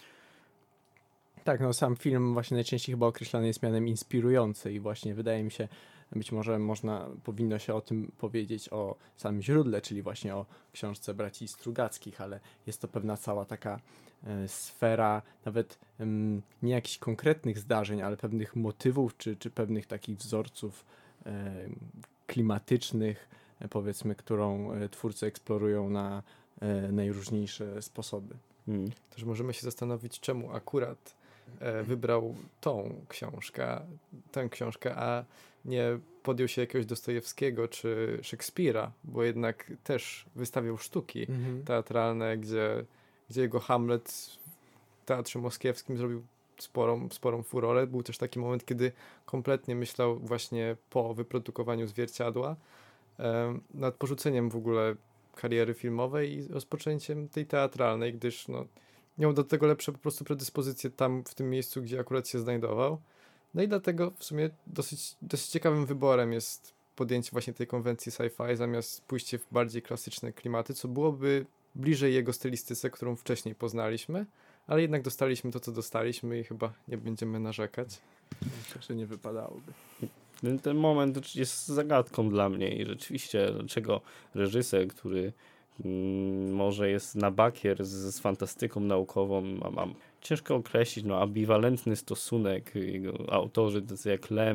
Tak, no sam film właśnie najczęściej chyba określany jest mianem inspirujący i właśnie wydaje mi się, być może można, powinno się o tym powiedzieć o samym źródle, czyli właśnie o książce braci Strugackich, ale jest to pewna cała taka e, sfera nawet em, nie jakichś konkretnych zdarzeń, ale pewnych motywów, czy, czy pewnych takich wzorców e, klimatycznych, e, powiedzmy, którą e, twórcy eksplorują na e, najróżniejsze sposoby. Hmm. Też możemy się zastanowić, czemu akurat e, wybrał tą książkę, tę książkę, a nie podjął się jakiegoś Dostojewskiego czy Szekspira, bo jednak też wystawiał sztuki mhm. teatralne, gdzie, gdzie jego Hamlet w Teatrze Moskiewskim zrobił sporą, sporą furorę. Był też taki moment, kiedy kompletnie myślał właśnie po wyprodukowaniu Zwierciadła e, nad porzuceniem w ogóle kariery filmowej i rozpoczęciem tej teatralnej, gdyż no, miał do tego lepsze po prostu predyspozycje tam, w tym miejscu, gdzie akurat się znajdował. No i dlatego w sumie dosyć, dosyć ciekawym wyborem jest podjęcie właśnie tej konwencji sci-fi zamiast pójście w bardziej klasyczne klimaty, co byłoby bliżej jego stylistyce, którą wcześniej poznaliśmy, ale jednak dostaliśmy to, co dostaliśmy i chyba nie będziemy narzekać. Myślę, że nie wypadałoby. Ten, ten moment jest zagadką dla mnie i rzeczywiście, dlaczego reżyser, który mm, może jest na bakier z, z fantastyką naukową, mam, mam ciężko określić, no ambiwalentny stosunek, jego autorzy tacy jak Lem,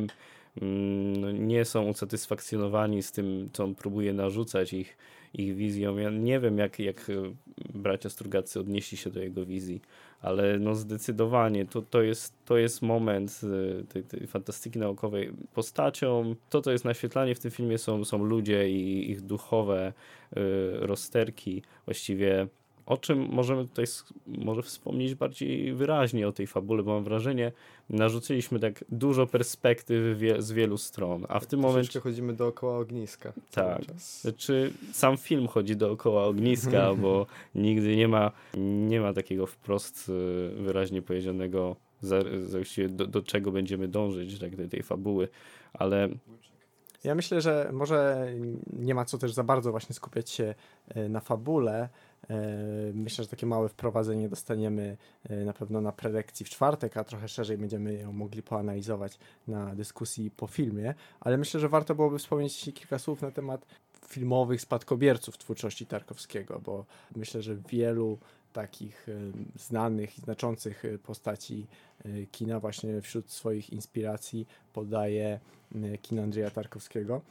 no, nie są usatysfakcjonowani z tym, co on próbuje narzucać ich, ich wizją. Ja nie wiem, jak, jak bracia Strugacy odnieśli się do jego wizji, ale no zdecydowanie to, to, jest, to jest moment tej, tej fantastyki naukowej. Postacią, to co jest naświetlanie w tym filmie są, są ludzie i ich duchowe y, rozterki. Właściwie o czym możemy tutaj może wspomnieć bardziej wyraźnie o tej fabule, bo mam wrażenie, narzuciliśmy tak dużo perspektyw wie, z wielu stron, a w tym momencie chodzimy dookoła ogniska. Tak, znaczy sam film chodzi dookoła ogniska, bo nigdy nie ma, nie ma takiego wprost wyraźnie powiedzianego za, za do, do czego będziemy dążyć, tak, tej, tej fabuły, ale ja myślę, że może nie ma co też za bardzo właśnie skupiać się na fabule. Myślę, że takie małe wprowadzenie dostaniemy na pewno na prelekcji w czwartek, a trochę szerzej będziemy ją mogli poanalizować na dyskusji po filmie, ale myślę, że warto byłoby wspomnieć kilka słów na temat filmowych spadkobierców twórczości Tarkowskiego, bo myślę, że wielu takich znanych i znaczących postaci kina właśnie wśród swoich inspiracji podaje kino Andrzeja Tarkowskiego.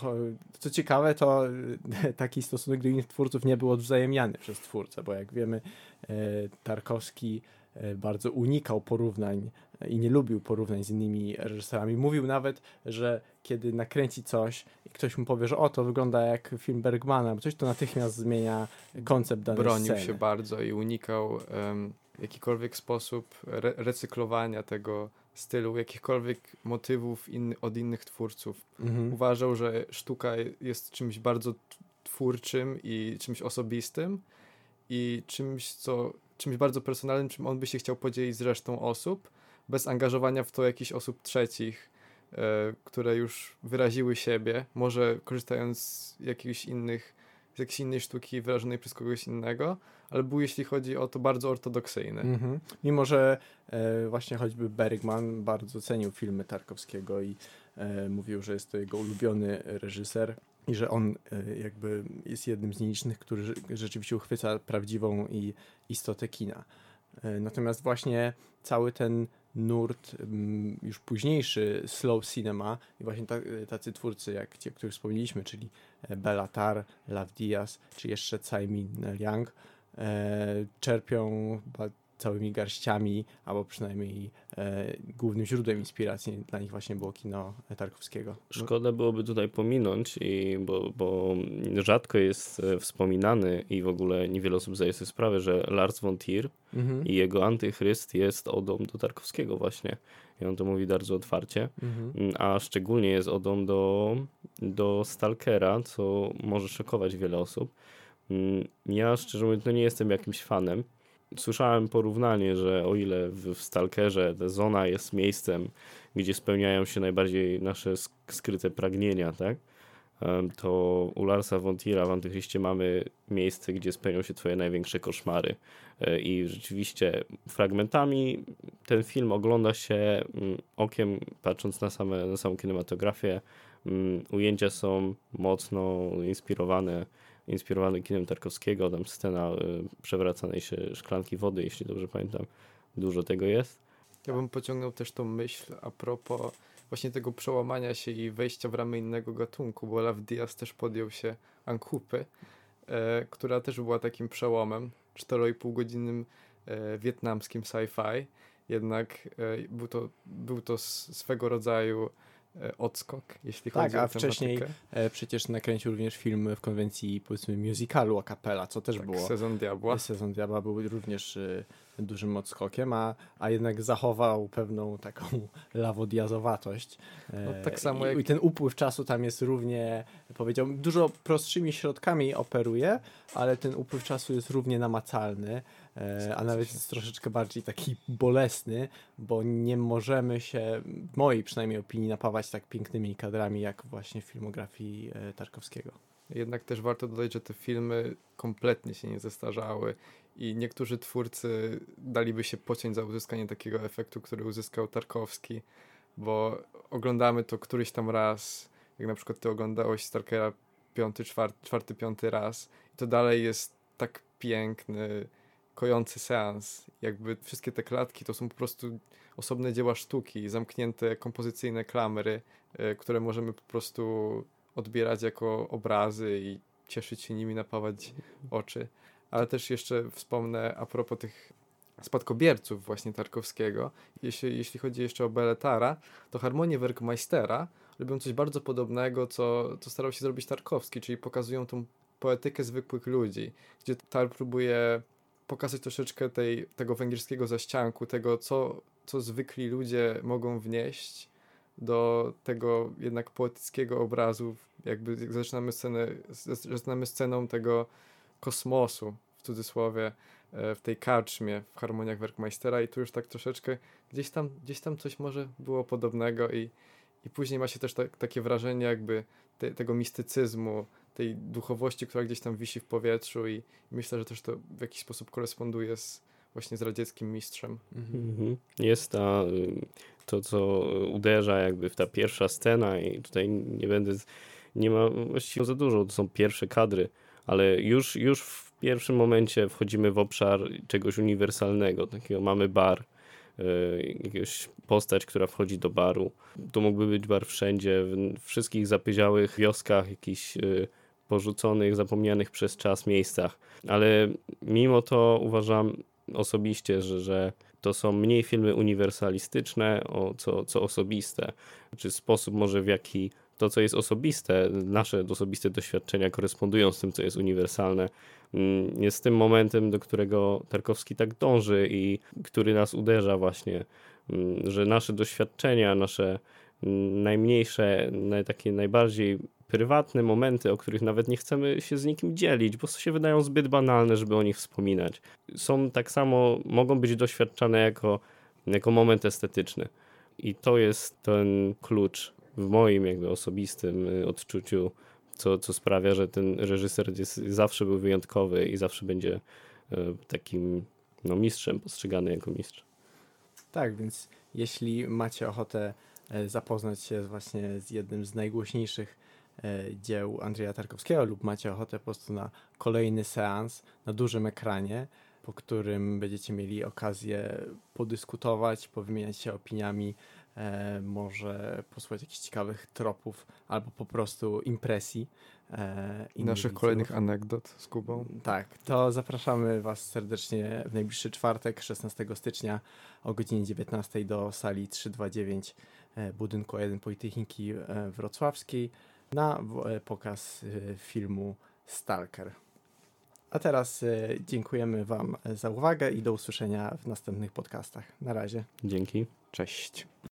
Co ciekawe, to taki stosunek do innych twórców nie był odwzajemniany przez twórcę, bo jak wiemy, Tarkowski bardzo unikał porównań i nie lubił porównań z innymi reżyserami. Mówił nawet, że kiedy nakręci coś i ktoś mu powie, że o, to wygląda jak film Bergmana, bo coś, to natychmiast zmienia koncept danej Bronił sceny. się bardzo i unikał um, w jakikolwiek sposób re- recyklowania tego stylu, jakichkolwiek motywów in, od innych twórców. Mhm. Uważał, że sztuka jest czymś bardzo twórczym i czymś osobistym i czymś, co, czymś bardzo personalnym, czym on by się chciał podzielić z resztą osób, bez angażowania w to jakichś osób trzecich, e, które już wyraziły siebie, może korzystając z jakichś innych, z jakiejś innej sztuki wyrażonej przez kogoś innego, ale był, jeśli chodzi o to, bardzo ortodoksyjny. Mhm. Mimo, że e, właśnie choćby Bergman bardzo cenił filmy Tarkowskiego i e, mówił, że jest to jego ulubiony reżyser i że on e, jakby jest jednym z nielicznych, który rze- rzeczywiście uchwyca prawdziwą i istotę kina. E, natomiast właśnie cały ten nurt m, już późniejszy slow cinema i właśnie ta, tacy twórcy jak ci, o których wspomnieliśmy, czyli Béla Tarr, Lav Diaz, czy jeszcze Tsai Ming Liang, e, czerpią ba- całymi garściami, albo przynajmniej e, głównym źródłem inspiracji dla nich właśnie było kino Tarkowskiego. szkoda byłoby tutaj pominąć, i bo, bo rzadko jest e, wspominany i w ogóle niewiele osób zdaje sobie sprawę, że Lars von Trier Mhm. i jego Antychryst jest odą do Tarkowskiego właśnie. I on to mówi bardzo otwarcie, Mhm. a szczególnie jest odą do, do Stalkera, co może szokować wiele osób. Ja szczerze mówiąc no nie jestem jakimś fanem. Słyszałem porównanie, że o ile w, w Stalkerze ta zona jest miejscem, gdzie spełniają się najbardziej nasze sk- skryte pragnienia, tak? Em, to u Larsa von Trier'a w Antychryście mamy miejsce, gdzie spełnią się twoje największe koszmary. E, I rzeczywiście fragmentami ten film ogląda się mm, okiem, patrząc na, same, na samą kinematografię. Mm, Ujęcia są mocno inspirowane inspirowany kinem Tarkowskiego, tam scena y, przewracanej się szklanki wody, jeśli dobrze pamiętam, dużo tego jest. Ja bym pociągnął też tą myśl a propos właśnie tego przełamania się i wejścia w ramy innego gatunku, bo Lav Diaz też podjął się Ankupy, e, która też była takim przełomem, czteroipółgodzinnym e, wietnamskim sci-fi, jednak e, był to, był to s- swego rodzaju e, odskok, jeśli Tak, chodzi a o wcześniej tematykę. e, przecież nakręcił również film w konwencji, powiedzmy, musicalu a cappella, co też Tak, było. Sezon Diabła. Sezon Diabła był również y, dużym odskokiem, a, a jednak zachował pewną taką lawodiazowatość. E, No, tak samo i, jak- I ten upływ czasu tam jest równie, powiedziałbym, dużo prostszymi środkami operuje, ale ten upływ czasu jest równie namacalny, e, a nawet jest troszeczkę bardziej taki bolesny, bo nie możemy się, w mojej przynajmniej opinii, napawać tak pięknymi kadrami, jak właśnie w filmografii e, Tarkowskiego. Jednak też warto dodać, że te filmy kompletnie się nie zestarzały i niektórzy twórcy daliby się pociąć za uzyskanie takiego efektu, który uzyskał Tarkowski, bo oglądamy to któryś tam raz, jak na przykład ty oglądałeś Stalkera piąty, czwarty, czwarty, piąty raz i to dalej jest tak piękny kojący seans. Jakby wszystkie te klatki to są po prostu osobne dzieła sztuki, zamknięte kompozycyjne klamry, y, które możemy po prostu odbierać jako obrazy i cieszyć się nimi, napawać oczy. Ale też jeszcze wspomnę a propos tych spadkobierców właśnie Tarkowskiego. Jeśli, jeśli chodzi jeszcze o Beletara, to harmonie Werkmeistera robią coś bardzo podobnego, co, co starał się zrobić Tarkowski, czyli pokazują tą poetykę zwykłych ludzi, gdzie Tar próbuje pokazać troszeczkę tej, tego węgierskiego zaścianku, tego, co, co zwykli ludzie mogą wnieść do tego jednak poetyckiego obrazu. Jakby zaczynamy scenę, zaczynamy sceną tego kosmosu, w cudzysłowie, w tej karczmie, w harmoniach Werkmeistera i tu już tak troszeczkę gdzieś tam, gdzieś tam coś może było podobnego i, i później ma się też ta, takie wrażenie jakby te, tego mistycyzmu, tej duchowości, która gdzieś tam wisi w powietrzu i myślę, że też to w jakiś sposób koresponduje z, właśnie z radzieckim mistrzem. Mhm. Jest ta, to, co uderza jakby w ta pierwsza scena i tutaj nie będę, nie ma właściwie za dużo, to są pierwsze kadry, ale już, już w pierwszym momencie wchodzimy w obszar czegoś uniwersalnego, takiego mamy bar, jakiegoś postać, która wchodzi do baru. To mógłby być bar wszędzie, w wszystkich zapyziałych wioskach, jakichś porzuconych, zapomnianych przez czas miejscach. Ale mimo to uważam osobiście, że, że to są mniej filmy uniwersalistyczne, o, co, co osobiste. Czy sposób może w jaki to, co jest osobiste, nasze osobiste doświadczenia korespondują z tym, co jest uniwersalne, jest tym momentem, do którego Tarkowski tak dąży i który nas uderza właśnie, że nasze doświadczenia, nasze najmniejsze, takie najbardziej prywatne momenty, o których nawet nie chcemy się z nikim dzielić, bo się wydają zbyt banalne, żeby o nich wspominać. Są tak samo, mogą być doświadczane jako, jako moment estetyczny. I to jest ten klucz w moim jakby osobistym odczuciu, co, co sprawia, że ten reżyser jest, zawsze był wyjątkowy i zawsze będzie takim no, mistrzem, postrzegany jako mistrz. Tak, więc jeśli macie ochotę zapoznać się właśnie z jednym z najgłośniejszych dzieł Andrzeja Tarkowskiego lub macie ochotę po prostu na kolejny seans na dużym ekranie, po którym będziecie mieli okazję podyskutować, powymieniać się opiniami, e, może posłuchać jakichś ciekawych tropów albo po prostu impresji. E, Naszych widzów. kolejnych anegdot z Kubą. Tak, to zapraszamy Was serdecznie w najbliższy czwartek, szesnastego stycznia o godzinie dziewiętnastej do sali trzysta dwadzieścia dziewięć e, budynku A jeden Politechniki e, Wrocławskiej na e, pokaz e, filmu Stalker. A teraz e, dziękujemy Wam za uwagę i do usłyszenia w następnych podcastach. Na razie. Dzięki. Cześć.